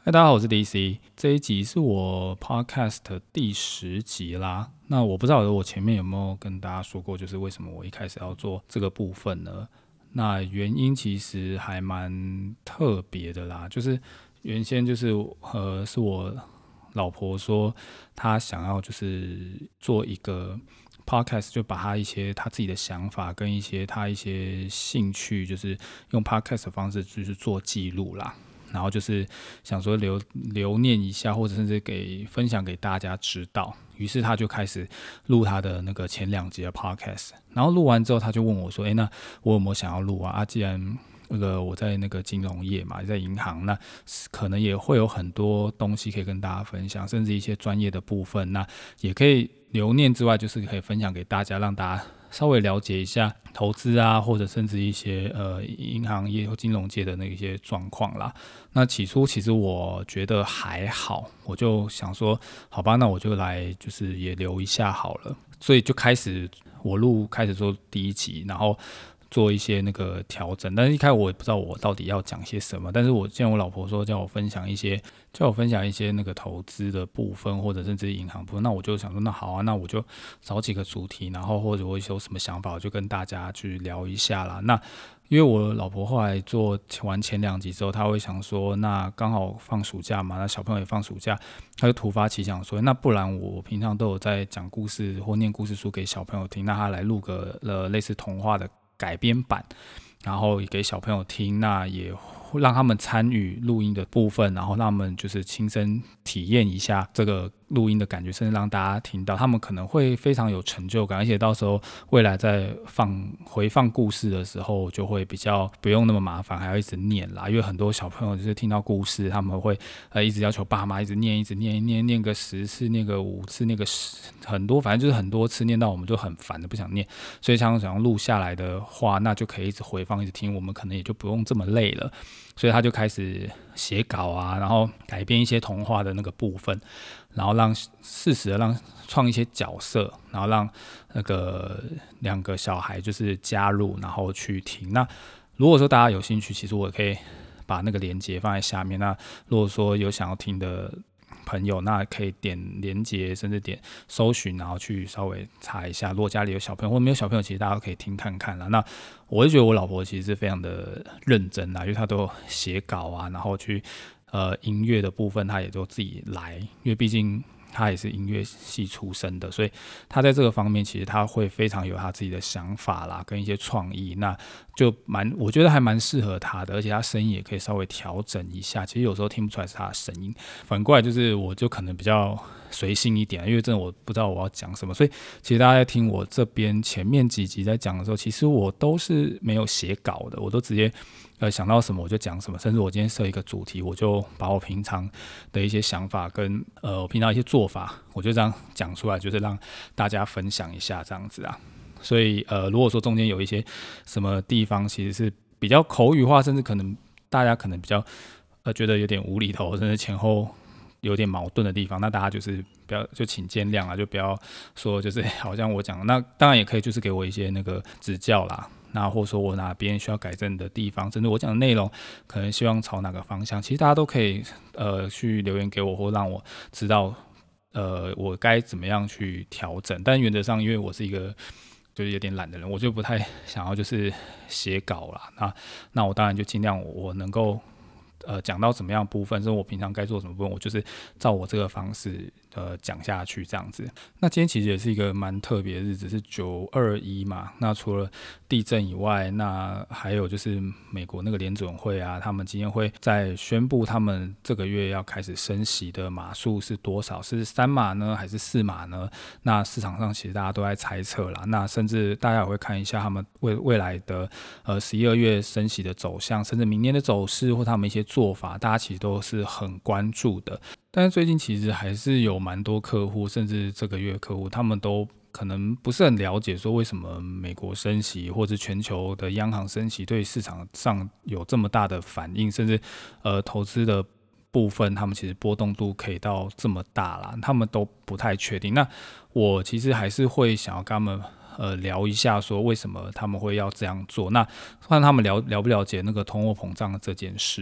嗨，大家好，我是 DC。这一集是我 Podcast 第10集啦。那我不知道我前面有没有跟大家说过，就是为什么我一开始要做这个部分呢？那原因其实还蛮特别的啦，就是原先就是是我老婆说她想要就是做一个 podcast， 就把她自己的想法跟她一些兴趣，就是用 podcast 的方式就是做记录啦。然后就是想说留念一下，或者甚至分享给大家知道。于是他就开始录他的那个前2集的 podcast， 然后录完之后，他就问我说：“那我有没有想要录啊？既然那个我在那个金融业嘛，在银行，那可能也会有很多东西可以跟大家分享，甚至一些专业的部分，那也可以留念之外，就是可以分享给大家，让大家稍微了解一下投资啊，或者甚至一些银行业或金融界的那些状况啦。那起初其实我觉得还好，我就想说，好吧，那我就来就是也留一下好了，所以就开始做第1集，然后做一些那个调整。但是一开始我也不知道我到底要讲些什么，但是既然我老婆说叫我分享一些那个投资的部分，或者甚至银行部分，那我就想说，那好啊，那我就找几个主题，然后或者我有什么想法，我就跟大家去聊一下啦。那因为我老婆后来做完前2集之后，她会想说，那刚好放暑假嘛，那小朋友也放暑假，她就突发奇想说，那不然我平常都有在讲故事或念故事书给小朋友听，那她来录个类似童话的改编版，然后也给小朋友听，那也让他们参与录音的部分，然后让他们就是亲身体验一下这个录音的感觉，甚至让大家听到，他们可能会非常有成就感，而且到时候未来在回放故事的时候，就会比较不用那么麻烦，还要一直念啦。因为很多小朋友就是听到故事，他们会一直要求爸妈一直念个10次，念个5次，念个很多，反正就是很多次，念到我们就很烦的不想念。所以想要录下来的话，那就可以一直回放一直听，我们可能也就不用这么累了。所以他就开始写稿啊，然后改编一些童话的那个部分，然后适时的让创一些角色，然后让那个2个小孩就是加入，然后去听。那如果说大家有兴趣，其实我也可以把那个连结放在下面。那如果说有想要听的朋友，那可以点连结，甚至点搜寻，然后去稍微查一下。如果家里有小朋友或没有小朋友，其实大家都可以听看看啦。那我就觉得我老婆其实是非常的认真啦，因为她都写稿啊，然后去音乐的部分她也都自己来，因为毕竟她也是音乐系出身的，所以她在这个方面其实她会非常有她自己的想法啦，跟一些创意，那就我觉得还蛮适合她的，而且她声音也可以稍微调整一下，其实有时候听不出来是她的声音。反过来就是我就可能比较随性一点，因为真的我不知道我要讲什么，所以其实大家在听我这边前面几集在讲的时候，其实我都是没有写稿的，我都直接想到什么我就讲什么，甚至我今天设一个主题，我就把我平常的一些想法跟我平常一些做法，我就这样讲出来，就是让大家分享一下这样子啊。所以如果说中间有一些什么地方其实是比较口语化，甚至可能大家可能比较觉得有点无厘头，甚至前后有点矛盾的地方，那大家就是不要就请见谅啦，就不要说就是好像我讲，那当然也可以就是给我一些那个指教啦，那或者说我哪边需要改正的地方，甚至我讲的内容可能希望朝哪个方向，其实大家都可以去留言给我，或让我知道我该怎么样去调整。但原则上，因为我是一个就是有点懒的人，我就不太想要就是写稿啦。那我当然就尽量我能够讲到怎么样的部分，甚至我平常该做什么部分，我就是照我这个方式讲下去这样子。那今天其实也是一个蛮特别的日子，是9/21嘛。那除了地震以外，那还有就是美国那个联准会啊，他们今天会在宣布他们这个月要开始升息的码数是多少，是3码呢，还是4码呢？那市场上其实大家都在猜测啦。那甚至大家也会看一下他们未来的11、2月升息的走向，甚至明年的走势或他们一些做法，大家其实都是很关注的。但是最近其实还是有蛮多客户，甚至这个月客户，他们都可能不是很了解说为什么美国升息或者全球的央行升息对市场上有这么大的反应，甚至投资的部分他们其实波动度可以到这么大啦，他们都不太确定。那我其实还是会想要跟他们聊一下说为什么他们会要这样做，那看他们了不了解那个通货膨胀这件事啦。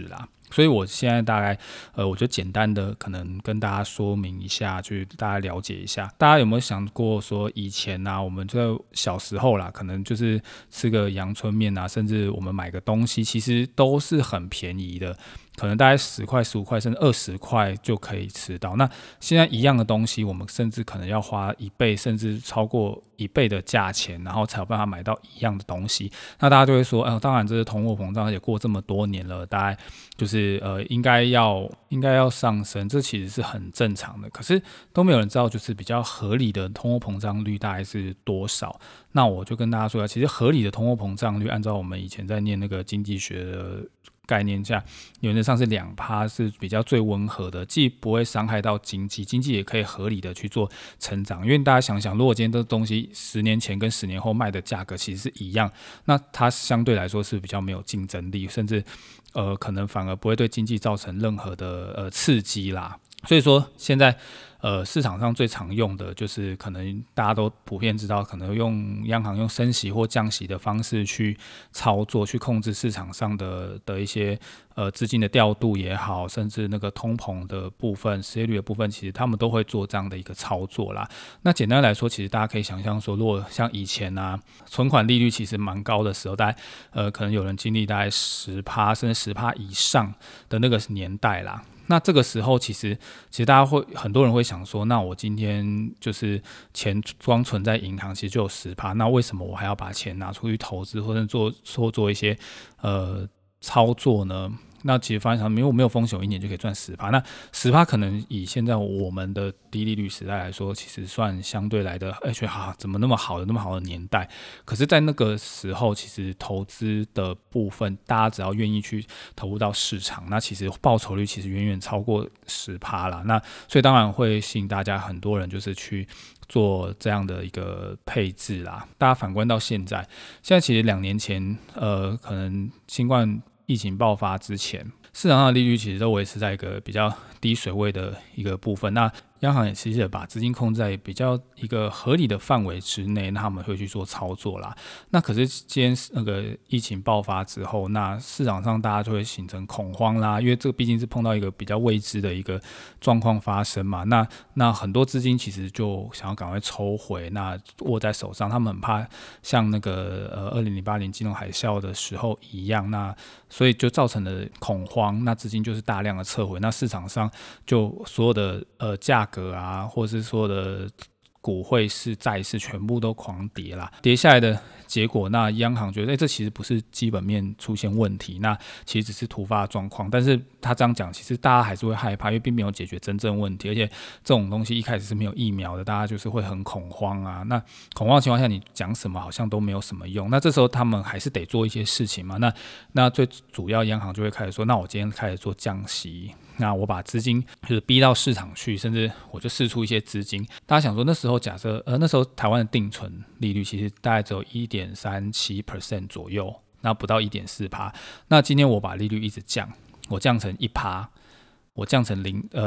所以我现在大概我就简单的可能跟大家说明一下，去大家了解一下。大家有没有想过说以前啊，我们在小时候啦，可能就是吃个阳春面啊，甚至我们买个东西，其实都是很便宜的。可能大概10块、15块，甚至20块就可以吃到。那现在一样的东西，我们甚至可能要花1倍，甚至超过1倍的价钱，然后才有办法买到一样的东西。那大家就会说，当然这是通货膨胀，而且过这么多年了，大概就是应该要上升，这其实是很正常的。可是都没有人知道，就是比较合理的通货膨胀率大概是多少。那我就跟大家说，其实合理的通货膨胀率，按照我们以前在念那个经济学的概念下，原则上是2%是比较最温和的，既不会伤害到经济，经济也可以合理的去做成长。因为大家想想，如果今天这东西10年前跟10年后卖的价格其实是一样，那它相对来说是比较没有竞争力，甚至可能反而不会对经济造成任何的刺激啦。所以说现在市场上最常用的就是可能大家都普遍知道，可能用央行用升息或降息的方式去操作，去控制市场上的一些资金的调度也好，甚至那个通膨的部分、失业率的部分，其实他们都会做这样的一个操作啦。那简单来说，其实大家可以想象说，如果像以前啊，存款利率其实蛮高的时候，大概可能有人经历大概10%甚至10%以上的那个年代啦。那这个时候其实大家很多人会想说，那我今天就是钱光存在银行其实就有10%，那为什么我还要把钱拿出去投资或者做一些操作呢？那其实发现因为我没有风险，我1年就可以赚10%。那10%可能以现在我们的低利率时代来说，其实算相对来的，觉得怎么那么好的年代？可是，在那个时候，其实投资的部分，大家只要愿意去投入到市场，那其实报酬率其实远远超过10%啦。那所以当然会吸引大家很多人就是去做这样的一个配置啦。大家反观到现在其实2年前，可能新冠疫情爆发之前，市场上的利率其实都维持在一个比较低水位的一个部分。那央行也其实把资金控制在比较一个合理的范围之内，那他们会去做操作啦。那可是今天那个疫情爆发之后，那市场上大家就会形成恐慌啦，因为这个毕竟是碰到一个比较未知的一个状况发生嘛。那很多资金其实就想要赶快抽回，那握在手上，他们很怕像那个2008年金融海啸的时候一样，那所以就造成了恐慌，那资金就是大量的撤回，那市场上就所有的价格啊，或者是所有的股汇市、债市全部都狂跌啦，跌下来的结果，那央行觉得，这其实不是基本面出现问题，那其实只是突发状况。但是他这样讲，其实大家还是会害怕，因为并没有解决真正问题，而且这种东西一开始是没有疫苗的，大家就是会很恐慌啊。那恐慌的情况下，你讲什么好像都没有什么用。那这时候他们还是得做一些事情嘛。那最主要央行就会开始说，那我今天开始做降息。那我把资金就是逼到市场去，甚至我就释出一些资金。大家想说那时候假设那时候台湾的定存利率其实大概只有 1.37% 左右，那不到 1.4%。那今天我把利率一直降，我降成 1%， 我降成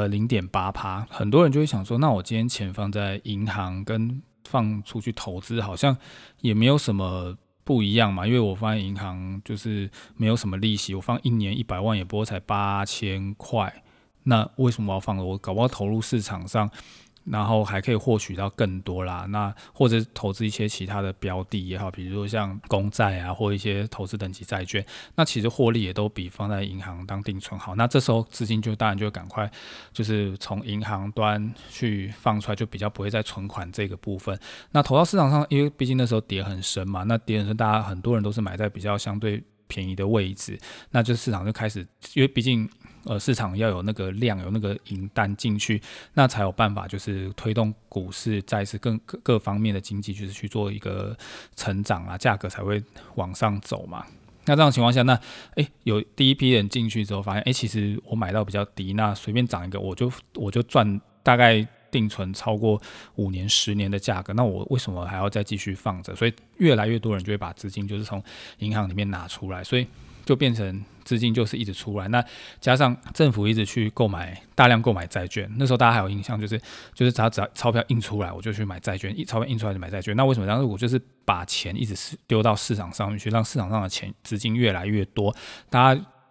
0.8%， 很多人就会想说，那我今天钱放在银行跟放出去投资好像也没有什么不一样嘛，因为我放在银行就是没有什么利息，我放1年100万也不过才8000块，那为什么我要放？我搞不好投入市场上，然后还可以获取到更多啦。那或者投资一些其他的标的也好，比如说像公债啊，或一些投资等级债券，那其实获利也都比放在银行当定存好。那这时候资金就当然就赶快就是从银行端去放出来，就比较不会在存款这个部分。那投到市场上，因为毕竟那时候跌很深嘛，那跌很深，大家很多人都是买在比较相对便宜的位置，那就市场就开始，因为毕竟市场要有那个量，有那个银弹进去，那才有办法就是推动股市、债市各方面的经济，就是去做一个成长啊，价格才会往上走嘛。那这样的情况下，那有第一批人进去之后，发现其实我买到比较低，那随便涨一个，我就赚大概定存超过5年、10年的价格，那我为什么还要再继续放着？所以越来越多人就会把资金就是从银行里面拿出来，所以就变成资金就是一直出来。那加上政府一直去大量购买债券，那时候大家还有印象，就是只要钞票印出来，我就去买债券，钞票印出来就买债券。那为什么？当时我就是把钱一直丢到市场上面去，让市场上的资金越来越多，大家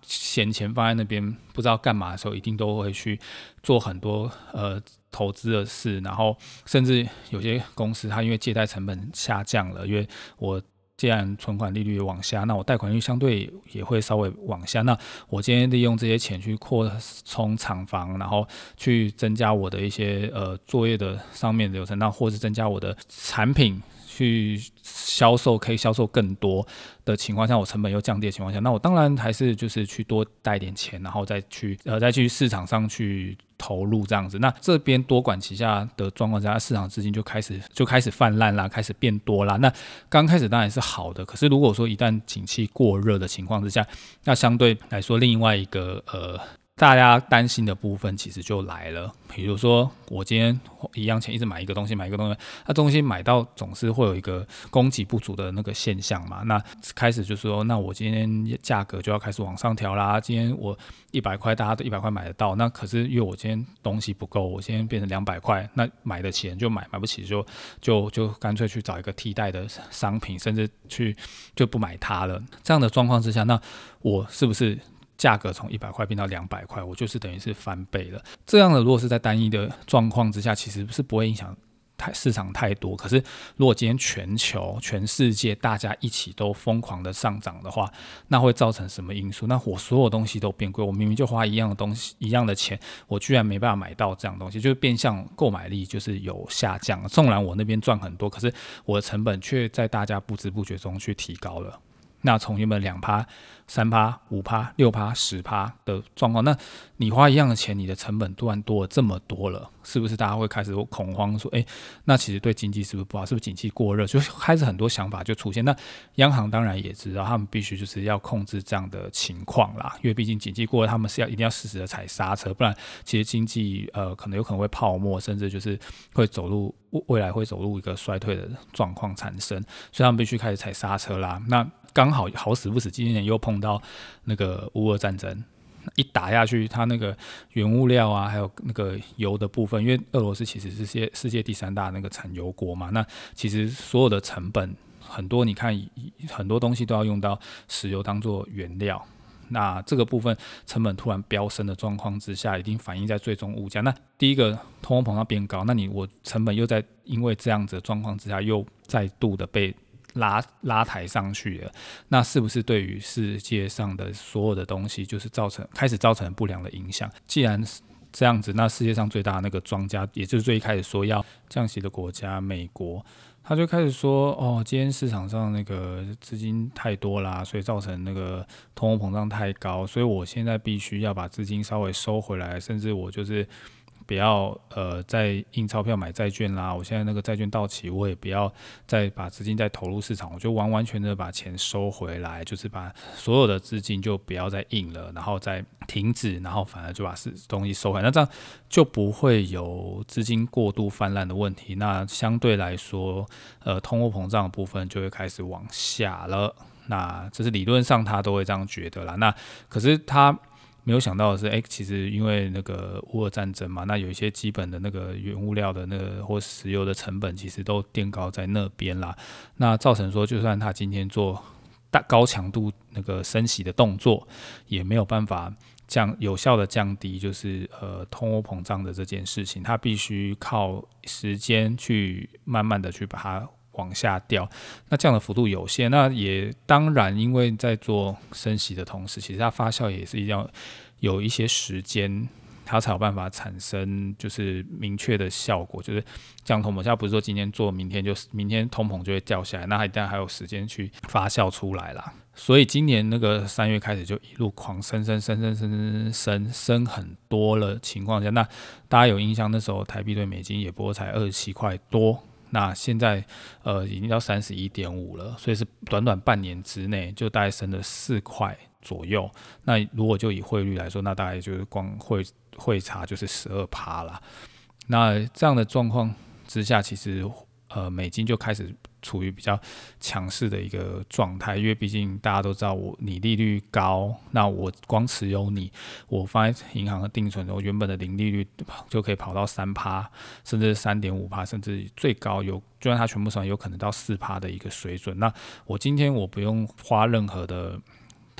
闲钱放在那边不知道干嘛的时候，一定都会去做很多投资的事，然后甚至有些公司它因为借贷成本下降了，因为我既然存款利率往下，那我贷款率相对也会稍微往下。那我今天利用这些钱去扩充厂房，然后去增加我的一些作业的上面的流程，那或是增加我的产品去销售，可以销售更多的情况下，我成本又降低的情况下，那我当然还是就是去多带点钱，然后再去市场上去投入这样子。那这边多管齐下的状况下，市场资金就开始泛滥啦，开始变多啦。那刚开始当然是好的，可是如果说一旦景气过热的情况之下，那相对来说另外一个大家担心的部分其实就来了，比如说我今天一样钱一直买一个东西，那东西买到总是会有一个供给不足的那个现象嘛，那开始就说，那我今天价格就要开始往上调啦，今天我100块大家都100块买得到，那可是因为我今天东西不够，我今天变成200块，那买得起人就买不起就干脆去找一个替代的商品，甚至就不买它了。这样的状况之下，那我是不是价格从100块变到200块，我就是等于是翻倍了。这样的如果是在单一的状况之下，其实是不会影响市场太多。可是如果今天全世界大家一起都疯狂的上涨的话，那会造成什么因素？那我所有东西都变贵，我明明就花一样的东西一样的钱，我居然没办法买到这样的东西，就是变相购买力就是有下降。纵然我那边赚很多，可是我的成本却在大家不知不觉中去提高了。那从原本2%、3%、5%、6%、10%的状况，那你花一样的钱，你的成本突然多了这么多了，是不是大家会开始恐慌说，那其实对经济是不是不好？是不是景气过热？就开始很多想法就出现。那央行当然也知道，他们必须就是要控制这样的情况啦，因为毕竟景气过热，他们是一定要适时的踩刹车，不然其实经济有可能会泡沫，甚至就是未来会走入一个衰退的状况产生，所以他们必须开始踩刹车啦。那刚好死不死，今年又碰到那个乌俄战争，一打下去，它那个原物料啊，还有那个油的部分，因为俄罗斯其实是世界第3大那个产油国嘛，那其实所有的成本很多，你看很多东西都要用到石油当做原料。那这个部分成本突然飙升的状况之下，一定反映在最终物价。那第一个通货膨胀变高，那我成本又在因为这样子的状况之下，又再度的被拉抬上去了，那是不是对于世界上的所有的东西就是开始造成不良的影响？既然这样子，那世界上最大的那个庄家，也就是最一开始说要降息的国家美国，他就开始说，今天市场上那个资金太多啦，所以造成那个通货膨胀太高，所以我现在必须要把资金稍微收回来，甚至我就是不要再印钞票买债券啦，我现在那个债券到期，我也不要再把资金再投入市场，我就完完全全的把钱收回来，就是把所有的资金就不要再印了，然后再停止，然后反而就把东西收回来，那这样就不会有资金过度泛滥的问题，那相对来说通货膨胀的部分就会开始往下了。那这是理论上他都会这样觉得啦，那可是他没有想到的是，其实因为那个乌俄战争嘛，那有一些基本的那个原物料的那个或石油的成本，其实都垫高在那边啦。那造成说，就算他今天做高强度那个升息的动作，也没有办法有效的降低就是通货膨胀的这件事情，他必须靠时间去慢慢的去把它往下掉，那这样的幅度有限，那也当然因为在做升息的同时，其实它发酵也是一定要有一些时间，它才有办法产生就是明确的效果，就是降通膨，现在不是说今天做明天通膨就会掉下来，那它一定还有时间去发酵出来啦。所以今年那个3月开始就一路狂升很多了情况下，那大家有印象那时候台币对美金也不过才27块多，那现在已经到31.5了，所以是短短半年之内就大概升了4块左右。那如果就以汇率来说，那大概就是光汇差就是12%啦。那这样的状况之下，其实美金就开始处于比较强势的一个状态，因为毕竟大家都知道你利率高，那我光持有我放在银行的定存，我原本的零利率就可以跑到3%，甚至 3.5%， 甚至最高就算它全部算有可能到4%的一个水准。那我今天我不用花任何的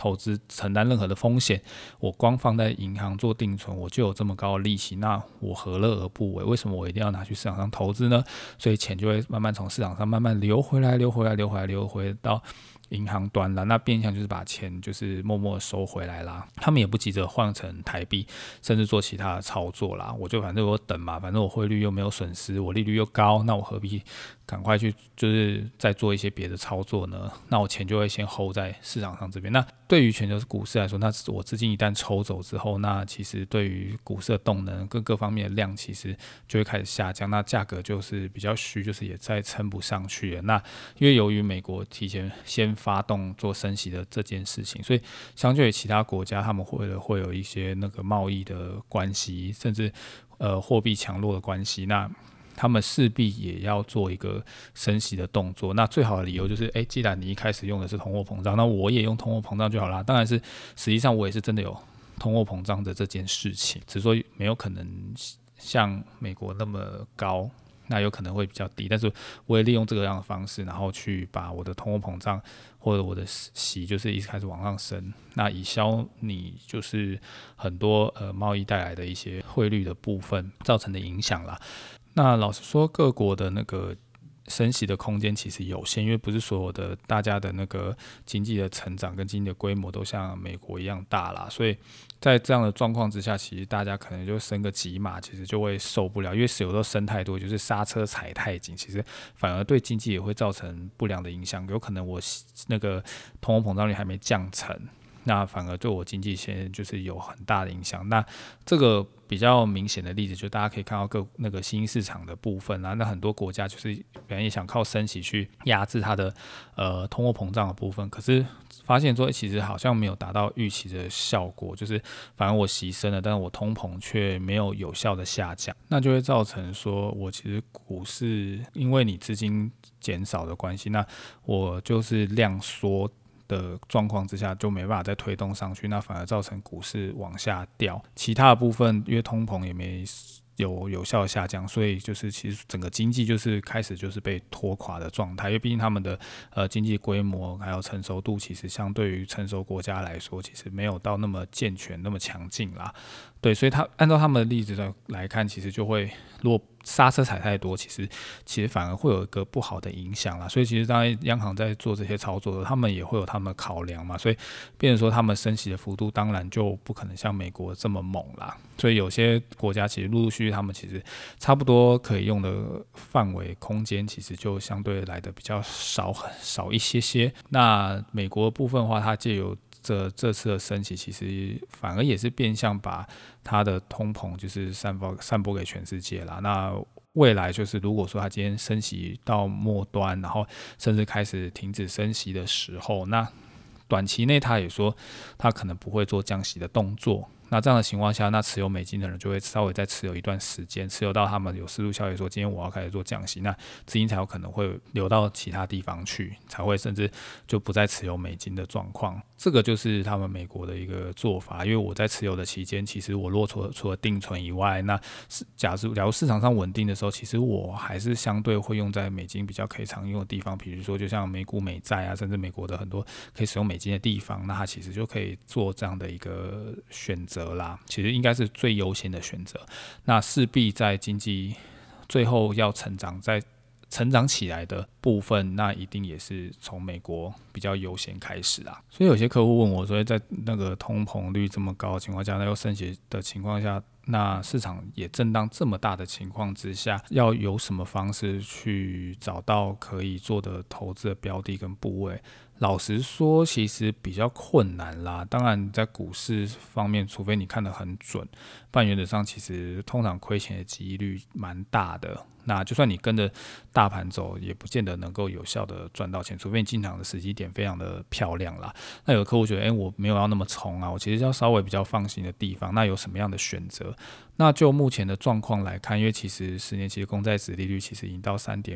投资承担任何的风险，我光放在银行做定存，我就有这么高的利息，那我何乐而不为？为什么我一定要拿去市场上投资呢？所以钱就会慢慢从市场上慢慢流回来到银行端啦，那变相就是把钱就是默默收回来啦，他们也不急着换成台币，甚至做其他的操作啦，我就反正我等嘛，反正我汇率又没有损失，我利率又高，那我何必赶快去就是再做一些别的操作呢？那我钱就会先 hold 在市场上这边。那对于全球股市来说，那我资金一旦抽走之后，那其实对于股市的动能跟各方面的量其实就会开始下降，那价格就是比较虚，就是也再撑不上去了。那因为由于美国提前先发动做升息的这件事情，所以相对于其他国家，他们会有一些那个贸易的关系，甚至货币强弱的关系，那他们势必也要做一个升息的动作。那最好的理由就是，既然你一开始用的是通货膨胀，那我也用通货膨胀就好啦。当然是实际上我也是真的有通货膨胀的这件事情，只是说没有可能像美国那么高，那有可能会比较低，但是我也利用这个样的方式，然后去把我的通货膨胀或者我的息就是一直开始往上升，那以消你就是很多贸易带来的一些汇率的部分造成的影响啦。那老实说，各国的那个升息的空间其实有限，因为不是所有的大家的那个经济的成长跟经济的规模都像美国一样大啦，所以在这样的状况之下，其实大家可能就升个几码，其实就会受不了，因为有时候升太多，就是刹车踩太紧，其实反而对经济也会造成不良的影响，有可能我那个通货膨胀率还没降成，那反而对我经济现在就是有很大的影响。那这个比较明显的例子，就大家可以看到那个新兴市场的部分啊，那很多国家就是本来也想靠升息去压制它的通货膨胀的部分，可是发现说其实好像没有达到预期的效果，就是反而我息升了，但是我通膨却没有效的下降，那就会造成说我其实股市因为你资金减少的关系，那我就是量缩的状况之下就没办法再推动上去，那反而造成股市往下掉。其他的部分因为通膨也没有效的下降，所以就是其实整个经济就是开始就是被拖垮的状态，因为毕竟他们的经济规模还有成熟度，其实相对于成熟国家来说，其实没有到那么健全、那么强劲啦。对，所以按照他们的例子来看，其实就会如果刹车踩太多，其实反而会有一个不好的影响啦。所以其实当然央行在做这些操作的时候，他们也会有他们的考量嘛。所以变成说他们升息的幅度当然就不可能像美国这么猛啦。所以有些国家其实陆陆续续他们其实差不多可以用的范围空间，其实就相对来的比较少一些。那美国的部分的话，它借由这次的升息，其实反而也是变相把它的通膨就是散播给全世界啦。那未来就是如果说它今天升息到末端，然后甚至开始停止升息的时候，那短期内他也说他可能不会做降息的动作。那这样的情况下，那持有美金的人就会稍微再持有一段时间，持有到他们有释出消息说今天我要开始做降息，那资金才有可能会流到其他地方去，才会甚至就不再持有美金的状况。这个就是他们美国的一个做法。因为我在持有的期间，其实我除了定存以外，那假如市场上稳定的时候，其实我还是相对会用在美金比较可以常用的地方，比如说就像美股美债啊，甚至美国的很多可以使用美金的地方，那它其实就可以做这样的一个选择啦，其实应该是最优先的选择。那势必在经济最后要成长起来的部分，那一定也是从美国比较优先开始啦。所以有些客户问我说，在那个通膨率这么高的情况下，那又升息的情况下，那市场也震荡这么大的情况之下，要有什么方式去找到可以做的投资的标的跟部位？老实说，其实比较困难啦。当然，在股市方面，除非你看得很准，不然原则上其实通常亏钱的几率蛮大的。那就算你跟着大盘走，也不见得能够有效的赚到钱，除非你进场的时机点非常的漂亮啦。那有的客户觉得，我没有要那么冲啊，我其实要稍微比较放心的地方，那有什么样的选择？那就目前的状况来看，因为其实10年期的公债殖利率其实已经到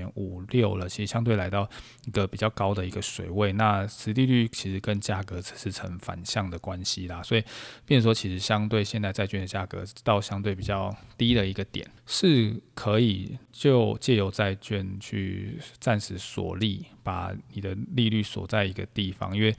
3.56 了，其实相对来到一个比较高的一个水位，那殖利率其实跟价格是成反向的关系啦，所以变成说其实相对现在债券的价格到相对比较低的一个点，是可以就借由债券去暂时锁利，把你的利率锁在一个地方，因为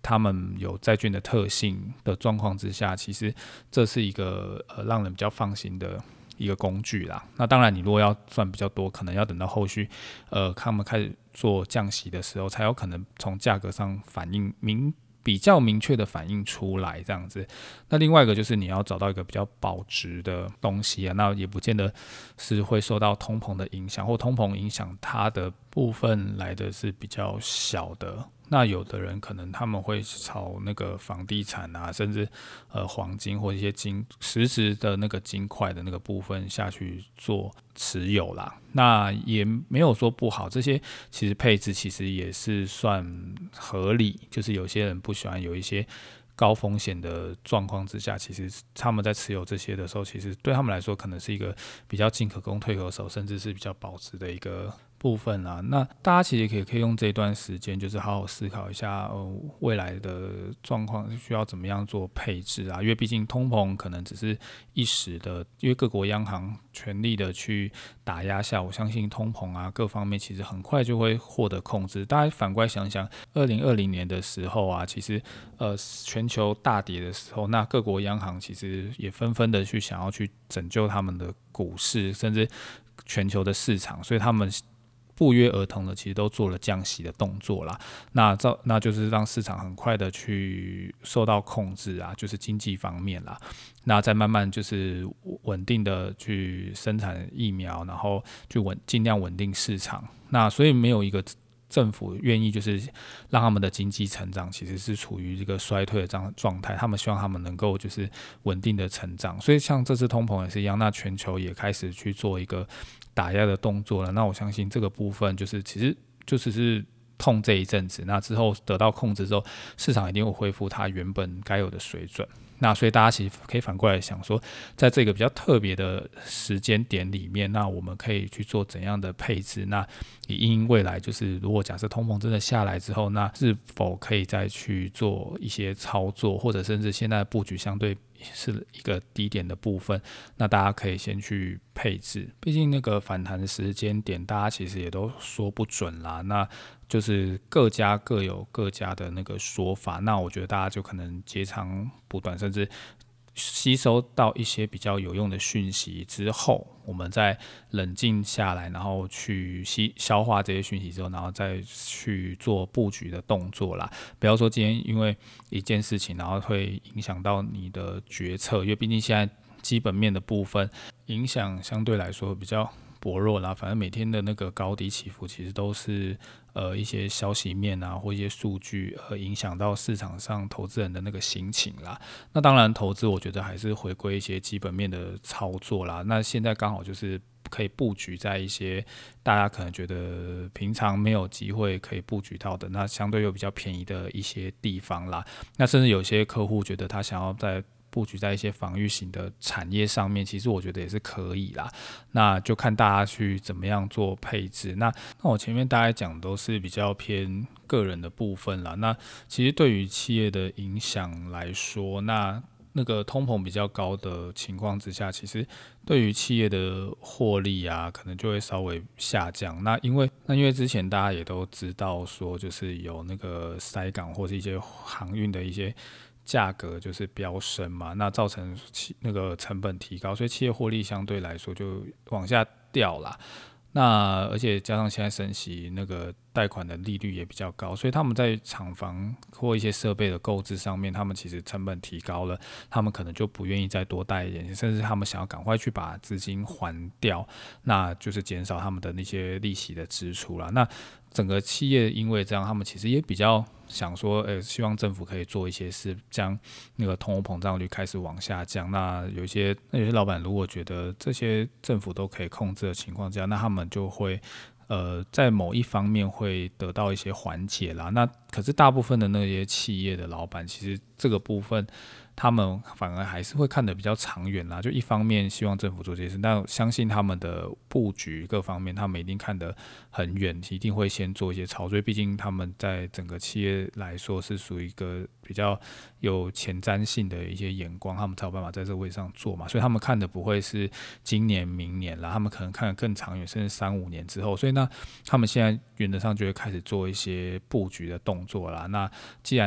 他们有债券的特性的状况之下，其实这是一个让人比较放心的一个工具啦。那当然，你如果要赚比较多，可能要等到后续他们开始做降息的时候，才有可能从价格上反映比较明确的反映出来这样子。那另外一个就是你要找到一个比较保值的东西啊，那也不见得是会受到通膨的影响，或通膨影响它的部分来的是比较小的。那有的人可能他们会炒那个房地产啊，甚至黄金或一些实质的那个金块的那个部分下去做持有啦。那也没有说不好，这些其实配置其实也是算合理，就是有些人不喜欢有一些高风险的状况之下，其实他们在持有这些的时候，其实对他们来说可能是一个比较进可攻退可守，甚至是比较保值的一个部分啊。那大家其实也可以用这段时间，就是好好思考一下，未来的状况需要怎么样做配置啊？因为毕竟通膨可能只是一时的，因为各国央行全力的去打压下，我相信通膨啊各方面其实很快就会获得控制。大家反过来想想，2020年的时候啊，其实全球大跌的时候，那各国央行其实也纷纷的去想要去拯救他们的股市，甚至全球的市场，所以他们不约而同的其实都做了降息的动作啦。那就是让市场很快的去受到控制啊，就是经济方面啦。那再慢慢就是稳定的去生产疫苗，然后去尽量稳定市场。那所以没有一个政府愿意就是让他们的经济成长其实是处于这个衰退的这样的状态，他们希望他们能够就是稳定的成长。所以像这次通膨也是一样，那全球也开始去做一个打压的动作了。那我相信这个部分就是其实就只是痛这一阵子，那之后得到控制之后，市场一定会恢复它原本该有的水准。那所以大家其实可以反过来想说，在这个比较特别的时间点里面，那我们可以去做怎样的配置？那以因未来就是如果假设通膨真的下来之后，那是否可以再去做一些操作，或者甚至现在的布局相对是一个低点的部分，那大家可以先去配置。毕竟那个反弹的时间点，大家其实也都说不准啦。那就是各家各有各家的那个说法，那我觉得大家就可能截长补短，甚至吸收到一些比较有用的讯息之后，我们再冷静下来，然后去消化这些讯息之后，然后再去做布局的动作啦。不要说今天因为一件事情，然后会影响到你的决策，因为毕竟现在基本面的部分影响相对来说比较薄弱啦，反正每天的那个高低起伏其实都是一些消息面啊或一些数据影响到市场上投资人的那个心情啦。那当然投资我觉得还是回归一些基本面的操作啦。那现在刚好就是可以布局在一些大家可能觉得平常没有机会可以布局到的，那相对又比较便宜的一些地方啦。那甚至有些客户觉得他想要在布局在一些防御型的产业上面，其实我觉得也是可以啦。那就看大家去怎么样做配置。那我前面大概讲都是比较偏个人的部分啦。那其实对于企业的影响来说，那个通膨比较高的情况之下，其实对于企业的获利啊，可能就会稍微下降。那因为之前大家也都知道说，就是有那个塞港或是一些航运的一些价格就是飙升嘛，那造成那个成本提高，所以企业获利相对来说就往下掉啦。那而且加上现在升息，那个贷款的利率也比较高，所以他们在厂房或一些设备的购置上面，他们其实成本提高了，他们可能就不愿意再多贷一点，甚至他们想要赶快去把资金还掉，那就是减少他们的那些利息的支出啦。那整个企业因为这样，他们其实也比较想说，希望政府可以做一些事，将那个通货膨胀率开始往下降。那有些老板如果觉得这些政府都可以控制的情况下，那他们就会在某一方面会得到一些缓解啦。那可是大部分的那些企业的老板，其实这个部分他们反而还是会看得比较长远啦。就一方面希望政府做这些事，但相信他们的布局各方面，他们一定看得很远，一定会先做一些操作。毕竟他们在整个企业来说是属于一个比较有前瞻性的一些眼光，他们才有办法在这个位置上做嘛。所以他们看的不会是今年、明年啦，他们可能看得更长远，甚至3-5年之后。所以呢，他们现在原则上就会开始做一些布局的动作啦。那既然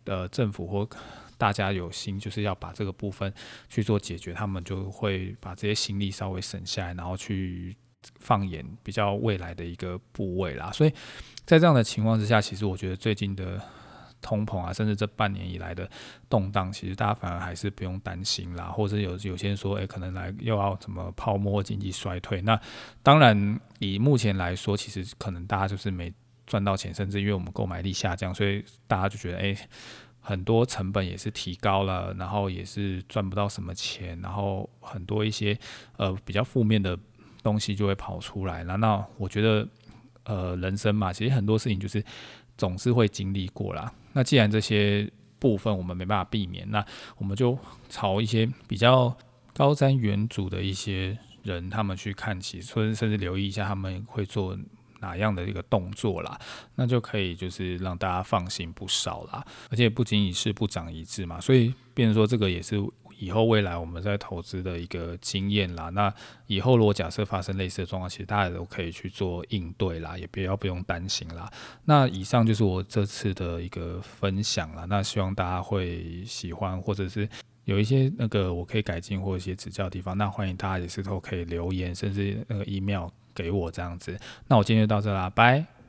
政府或大家有心就是要把这个部分去做解决，他们就会把这些心力稍微省下来，然后去放眼比较未来的一个部位啦。所以在这样的情况之下，其实我觉得最近的通膨啊，甚至这半年以来的动荡，其实大家反而还是不用担心啦。或者有些人说，可能又要什么泡沫经济衰退。那当然，以目前来说，其实可能大家就是没赚到钱，甚至因为我们购买力下降，所以大家就觉得，很多成本也是提高了，然后也是赚不到什么钱，然后很多一些比较负面的东西就会跑出来了。那我觉得人生嘛，其实很多事情就是总是会经历过啦。那既然这些部分我们没办法避免，那我们就朝一些比较高瞻远瞩的一些人，他们去看齐，甚至留意一下他们会做哪样的一个动作啦，那就可以就是让大家放心不少啦。而且不仅以事不长一智嘛，所以变成说这个也是以后未来我们在投资的一个经验啦。那以后如果假设发生类似的状况，其实大家都可以去做应对啦，也不用担心啦。那以上就是我这次的一个分享啦，那希望大家会喜欢，或者是有一些我可以改进或一些指教的地方，那欢迎大家也是都可以留言，甚至email 给我这样子。那我今天就到这啦，拜。